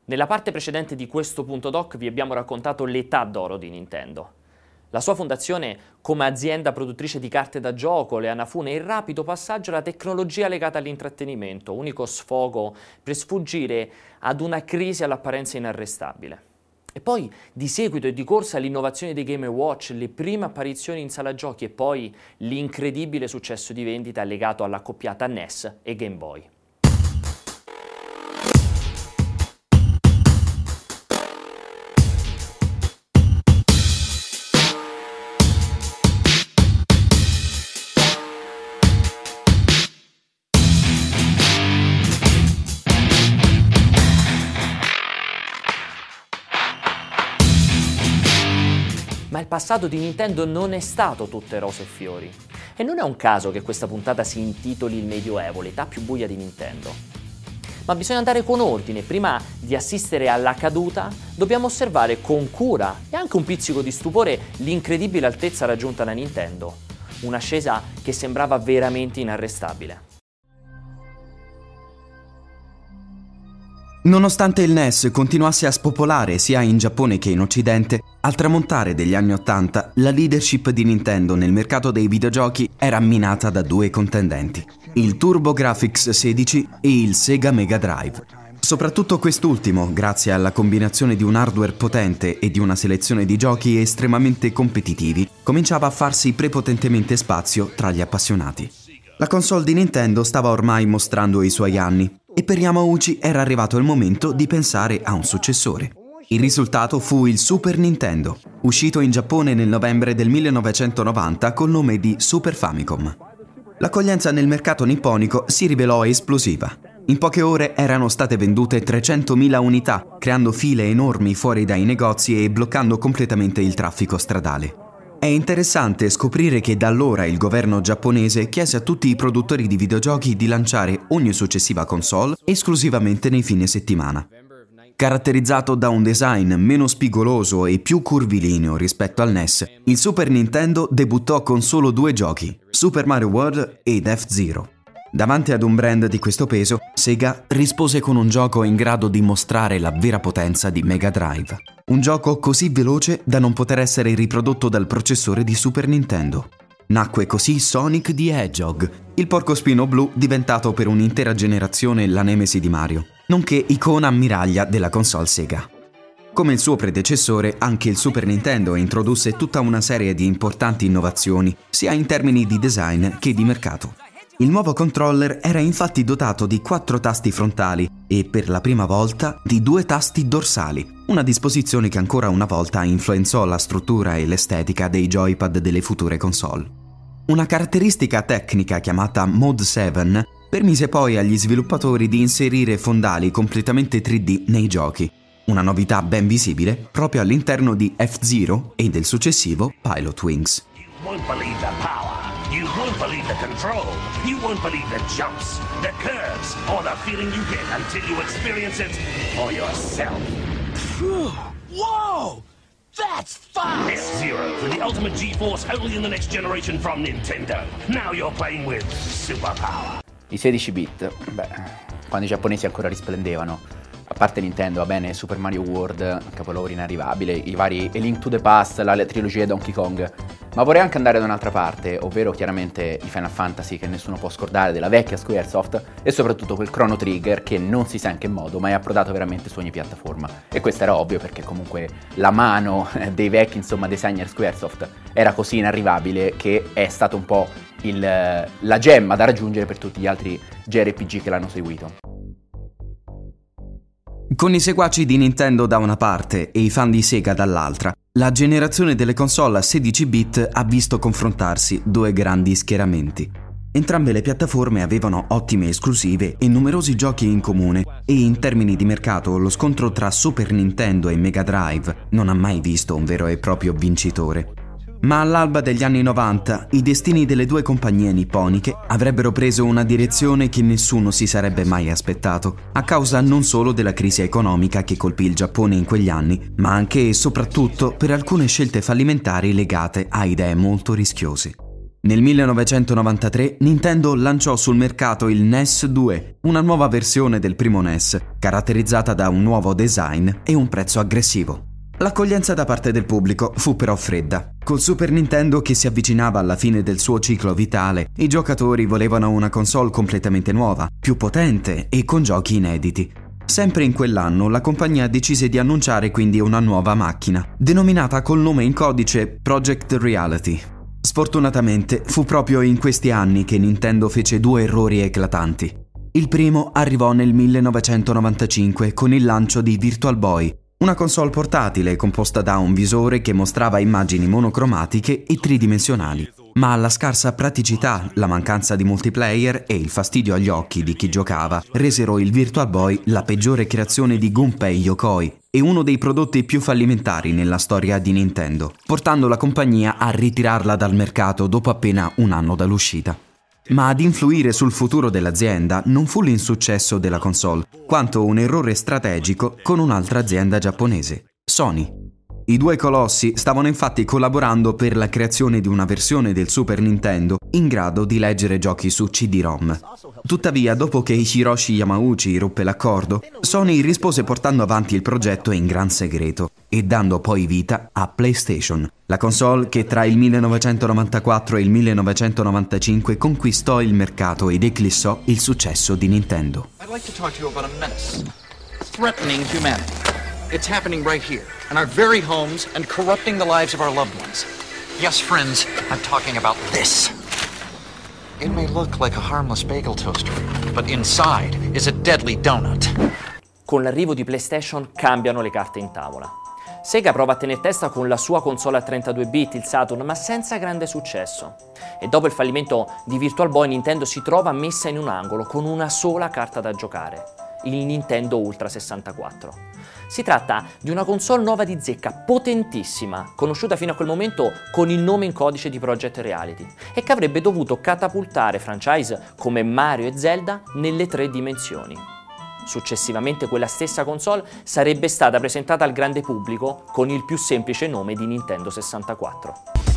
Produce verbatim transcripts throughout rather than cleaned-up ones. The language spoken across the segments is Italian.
Nella parte precedente di questo punto doc vi abbiamo raccontato l'età d'oro di Nintendo. La sua fondazione come azienda produttrice di carte da gioco, le Anafune, e il rapido passaggio alla tecnologia legata all'intrattenimento, unico sfogo per sfuggire ad una crisi all'apparenza inarrestabile. E poi di seguito e di corsa l'innovazione dei Game and Watch, le prime apparizioni in sala giochi e poi l'incredibile successo di vendita legato all'accoppiata N E S e Game Boy. Ma il passato di Nintendo non è stato tutte rose e fiori. E non è un caso che questa puntata si intitoli Il Medioevo, l'età più buia di Nintendo. Ma bisogna andare con ordine. Prima di assistere alla caduta, dobbiamo osservare con cura e anche un pizzico di stupore l'incredibile altezza raggiunta da Nintendo. Un'ascesa che sembrava veramente inarrestabile. Nonostante il N E S continuasse a spopolare sia in Giappone che in Occidente, al tramontare degli anni Ottanta la leadership di Nintendo nel mercato dei videogiochi era minata da due contendenti, il TurboGrafx sedici e il Sega Mega Drive. Soprattutto quest'ultimo, grazie alla combinazione di un hardware potente e di una selezione di giochi estremamente competitivi, cominciava a farsi prepotentemente spazio tra gli appassionati. La console di Nintendo stava ormai mostrando i suoi anni, e per Yamauchi era arrivato il momento di pensare a un successore. Il risultato fu il Super Nintendo, uscito in Giappone nel novembre del millenovecentonovanta col nome di Super Famicom. L'accoglienza nel mercato nipponico si rivelò esplosiva. In poche ore erano state vendute trecentomila unità, creando file enormi fuori dai negozi e bloccando completamente il traffico stradale. È interessante scoprire che da allora il governo giapponese chiese a tutti i produttori di videogiochi di lanciare ogni successiva console esclusivamente nei fine settimana. Caratterizzato da un design meno spigoloso e più curvilineo rispetto al N E S, il Super Nintendo debuttò con solo due giochi, Super Mario World ed F-Zero. Davanti ad un brand di questo peso, Sega rispose con un gioco in grado di mostrare la vera potenza di Mega Drive. Un gioco così veloce da non poter essere riprodotto dal processore di Super Nintendo. Nacque così Sonic the Hedgehog, il porcospino blu diventato per un'intera generazione la nemesi di Mario, nonché icona ammiraglia della console Sega. Come il suo predecessore, anche il Super Nintendo introdusse tutta una serie di importanti innovazioni, sia in termini di design che di mercato. Il nuovo controller era infatti dotato di quattro tasti frontali e per la prima volta di due tasti dorsali, una disposizione che ancora una volta influenzò la struttura e l'estetica dei joypad delle future console. Una caratteristica tecnica chiamata Mode sette permise poi agli sviluppatori di inserire fondali completamente tre D nei giochi, una novità ben visibile proprio all'interno di F-Zero e del successivo Pilot Wings. You won't believe the control. You won't believe the jumps, the curves, or the feeling you get until you experience it for yourself. Whoa! That's fast! F-Zero, for the ultimate G-Force only in the next generation from Nintendo. Now you're playing with superpower. I sedici bit, beh, quando i giapponesi ancora risplendevano. A parte Nintendo, va bene, Super Mario World, capolavoro inarrivabile, i vari A Link to the Past, la trilogia di Donkey Kong. Ma vorrei anche andare da un'altra parte, ovvero chiaramente i Final Fantasy che nessuno può scordare della vecchia Squaresoft e soprattutto quel Chrono Trigger che non si sa in che modo, ma è approdato veramente su ogni piattaforma. E questo era ovvio perché comunque la mano dei vecchi, insomma, designer Squaresoft era così inarrivabile che è stato un po' il, la gemma da raggiungere per tutti gli altri J R P G che l'hanno seguito. Con i seguaci di Nintendo da una parte e i fan di Sega dall'altra, la generazione delle console a sedici bit ha visto confrontarsi due grandi schieramenti. Entrambe le piattaforme avevano ottime esclusive e numerosi giochi in comune e in termini di mercato lo scontro tra Super Nintendo e Mega Drive non ha mai visto un vero e proprio vincitore. Ma all'alba degli anni novanta i destini delle due compagnie nipponiche avrebbero preso una direzione che nessuno si sarebbe mai aspettato, a causa non solo della crisi economica che colpì il Giappone in quegli anni, ma anche e soprattutto per alcune scelte fallimentari legate a idee molto rischiose. Nel millenovecentonovantatré Nintendo lanciò sul mercato il N E S due, una nuova versione del primo N E S, caratterizzata da un nuovo design e un prezzo aggressivo. L'accoglienza da parte del pubblico fu però fredda. Col Super Nintendo che si avvicinava alla fine del suo ciclo vitale, i giocatori volevano una console completamente nuova, più potente e con giochi inediti. Sempre in quell'anno la compagnia decise di annunciare quindi una nuova macchina, denominata col nome in codice Project Reality. Sfortunatamente fu proprio in questi anni che Nintendo fece due errori eclatanti. Il primo arrivò nel millenovecentonovantacinque con il lancio di Virtual Boy, una console portatile composta da un visore che mostrava immagini monocromatiche e tridimensionali, ma la scarsa praticità, la mancanza di multiplayer e il fastidio agli occhi di chi giocava resero il Virtual Boy la peggiore creazione di Gunpei Yokoi e uno dei prodotti più fallimentari nella storia di Nintendo, portando la compagnia a ritirarla dal mercato dopo appena un anno dall'uscita. Ma ad influire sul futuro dell'azienda non fu l'insuccesso della console, quanto un errore strategico con un'altra azienda giapponese, Sony. I due colossi stavano infatti collaborando per la creazione di una versione del Super Nintendo in grado di leggere giochi su C D ROM. Tuttavia, dopo che Hiroshi Yamauchi ruppe l'accordo, Sony rispose portando avanti il progetto in gran segreto e dando poi vita a PlayStation, la console che tra il millenovecentonovantaquattro e il millenovecentonovantacinque conquistò il mercato ed eclissò il successo di Nintendo. I'd like to talk to you about a menace, threatening humanity. It's happening right here, in our very homes and corrupting the lives of our loved ones. Yes, friends, I'm talking about this. It may look like a harmless bagel toaster, but inside is a deadly donut. Con l'arrivo di PlayStation cambiano le carte in tavola. Sega prova a tenere testa con la sua console a trentadue bit, il Saturn, ma senza grande successo. E dopo il fallimento di Virtual Boy, Nintendo si trova messa in un angolo con una sola carta da giocare, il Nintendo Ultra sessantaquattro. Si tratta di una console nuova di zecca, potentissima, conosciuta fino a quel momento con il nome in codice di Project Reality, e che avrebbe dovuto catapultare franchise come Mario e Zelda nelle tre dimensioni. Successivamente quella stessa console sarebbe stata presentata al grande pubblico con il più semplice nome di Nintendo sessantaquattro.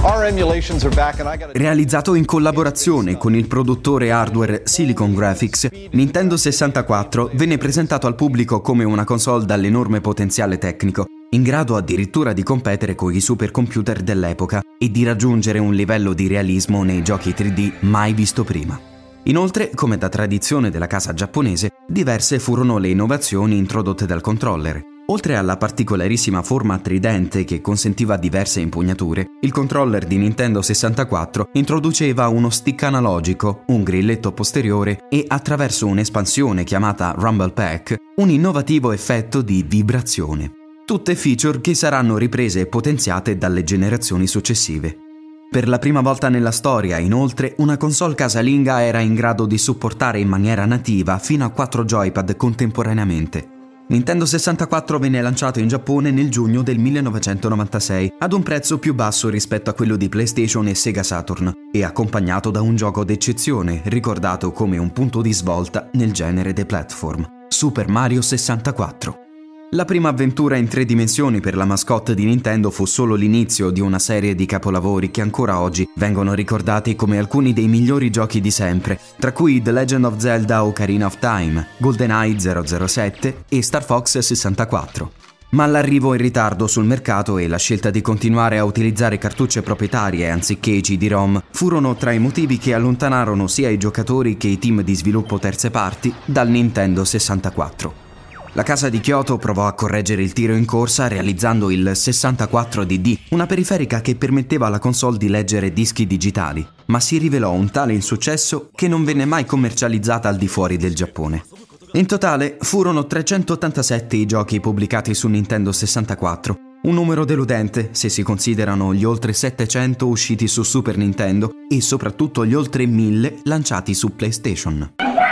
Realizzato in collaborazione con il produttore hardware Silicon Graphics, Nintendo sessantaquattro venne presentato al pubblico come una console dall'enorme potenziale tecnico, in grado addirittura di competere con i supercomputer dell'epoca e di raggiungere un livello di realismo nei giochi tre D mai visto prima. Inoltre, come da tradizione della casa giapponese, diverse furono le innovazioni introdotte dal controller. Oltre alla particolarissima forma tridente che consentiva diverse impugnature, il controller di Nintendo sessantaquattro introduceva uno stick analogico, un grilletto posteriore e, attraverso un'espansione chiamata Rumble Pack, un innovativo effetto di vibrazione. Tutte feature che saranno riprese e potenziate dalle generazioni successive. Per la prima volta nella storia, inoltre, una console casalinga era in grado di supportare in maniera nativa fino a quattro joypad contemporaneamente. Nintendo sessantaquattro venne lanciato in Giappone nel giugno del millenovecentonovantasei ad un prezzo più basso rispetto a quello di PlayStation e Sega Saturn e accompagnato da un gioco d'eccezione ricordato come un punto di svolta nel genere dei platform, Super Mario sessantaquattro. La prima avventura in tre dimensioni per la mascotte di Nintendo fu solo l'inizio di una serie di capolavori che ancora oggi vengono ricordati come alcuni dei migliori giochi di sempre, tra cui The Legend of Zelda Ocarina of Time, GoldenEye zero zero sette e Star Fox sessantaquattro. Ma l'arrivo in ritardo sul mercato e la scelta di continuare a utilizzare cartucce proprietarie anziché C D ROM furono tra i motivi che allontanarono sia i giocatori che i team di sviluppo terze parti dal Nintendo sessantaquattro. La casa di Kyoto provò a correggere il tiro in corsa realizzando il sessantaquattro D D, una periferica che permetteva alla console di leggere dischi digitali, ma si rivelò un tale insuccesso che non venne mai commercializzata al di fuori del Giappone. In totale furono trecentottantasette i giochi pubblicati su Nintendo sessantaquattro, un numero deludente se si considerano gli oltre settecento usciti su Super Nintendo e soprattutto gli oltre mille lanciati su PlayStation.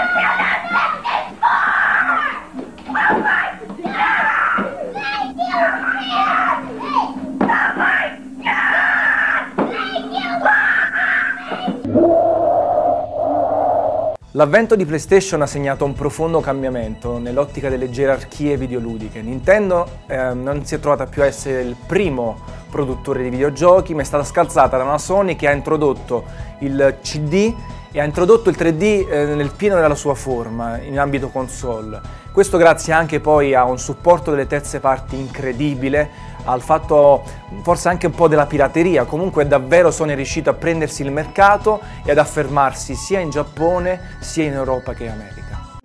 L'avvento di PlayStation ha segnato un profondo cambiamento nell'ottica delle gerarchie videoludiche. Nintendo eh, non si è trovata più a essere il primo produttore di videogiochi, ma è stata scalzata da una Sony che ha introdotto il C D e ha introdotto il tre D eh, nel pieno della sua forma in ambito console. Questo grazie anche poi a un supporto delle terze parti incredibile, al fatto forse anche un po' della pirateria. Comunque davvero Sony è riuscito a prendersi il mercato e ad affermarsi sia in Giappone sia in Europa che in America.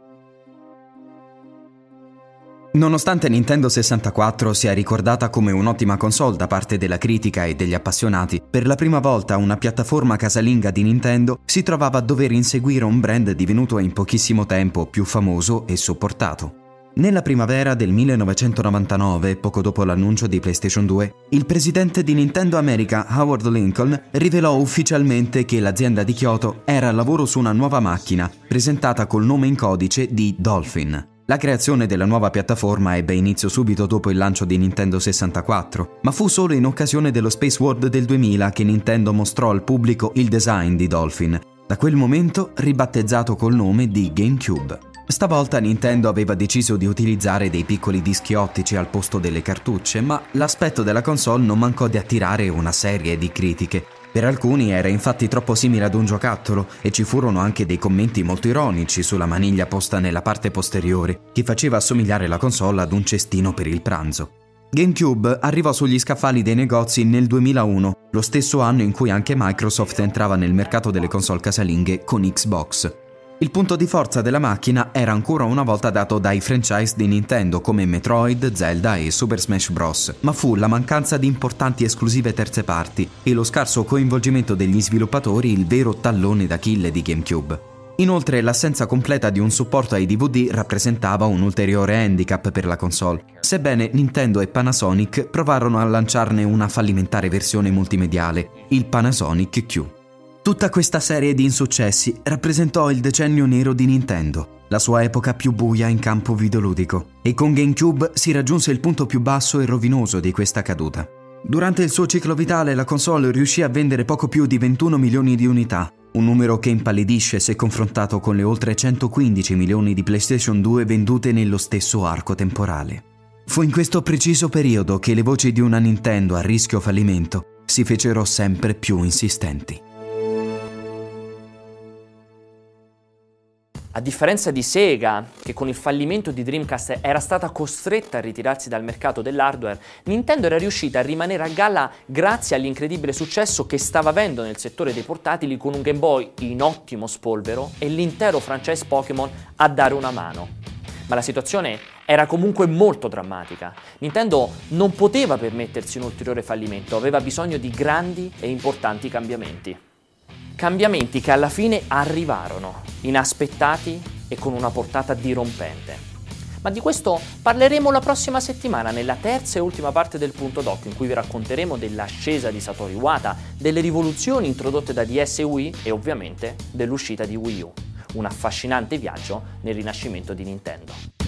Nonostante Nintendo sessantaquattro sia ricordata come un'ottima console da parte della critica e degli appassionati, per la prima volta una piattaforma casalinga di Nintendo si trovava a dover inseguire un brand divenuto in pochissimo tempo più famoso e supportato. Nella primavera del millenovecentonovantanove, poco dopo l'annuncio di PlayStation due, il presidente di Nintendo America, Howard Lincoln, rivelò ufficialmente che l'azienda di Kyoto era al lavoro su una nuova macchina, presentata col nome in codice di Dolphin. La creazione della nuova piattaforma ebbe inizio subito dopo il lancio di Nintendo sessantaquattro, ma fu solo in occasione dello Space World del duemila che Nintendo mostrò al pubblico il design di Dolphin, da quel momento ribattezzato col nome di GameCube. Stavolta Nintendo aveva deciso di utilizzare dei piccoli dischi ottici al posto delle cartucce, ma l'aspetto della console non mancò di attirare una serie di critiche. Per alcuni era infatti troppo simile ad un giocattolo e ci furono anche dei commenti molto ironici sulla maniglia posta nella parte posteriore, che faceva assomigliare la console ad un cestino per il pranzo. GameCube arrivò sugli scaffali dei negozi nel duemilauno, lo stesso anno in cui anche Microsoft entrava nel mercato delle console casalinghe con Xbox. Il punto di forza della macchina era ancora una volta dato dai franchise di Nintendo come Metroid, Zelda e Super Smash Bros., ma fu la mancanza di importanti esclusive terze parti e lo scarso coinvolgimento degli sviluppatori il vero tallone d'Achille di GameCube. Inoltre l'assenza completa di un supporto ai D V D rappresentava un ulteriore handicap per la console, sebbene Nintendo e Panasonic provarono a lanciarne una fallimentare versione multimediale, il Panasonic Q. Tutta questa serie di insuccessi rappresentò il decennio nero di Nintendo, la sua epoca più buia in campo videoludico, e con GameCube si raggiunse il punto più basso e rovinoso di questa caduta. Durante il suo ciclo vitale la console riuscì a vendere poco più di ventuno milioni di unità, un numero che impallidisce se confrontato con le oltre centoquindici milioni di PlayStation due vendute nello stesso arco temporale. Fu in questo preciso periodo che le voci di una Nintendo a rischio fallimento si fecero sempre più insistenti. A differenza di Sega, che con il fallimento di Dreamcast era stata costretta a ritirarsi dal mercato dell'hardware, Nintendo era riuscita a rimanere a galla grazie all'incredibile successo che stava avendo nel settore dei portatili con un Game Boy in ottimo spolvero e l'intero franchise Pokémon a dare una mano. Ma la situazione era comunque molto drammatica. Nintendo non poteva permettersi un ulteriore fallimento, aveva bisogno di grandi e importanti cambiamenti. Cambiamenti che alla fine arrivarono, inaspettati e con una portata dirompente. Ma di questo parleremo la prossima settimana nella terza e ultima parte del Punto Doc, in cui vi racconteremo dell'ascesa di Satoru Iwata, delle rivoluzioni introdotte da D S e Wii e ovviamente dell'uscita di Wii U. Un affascinante viaggio nel rinascimento di Nintendo.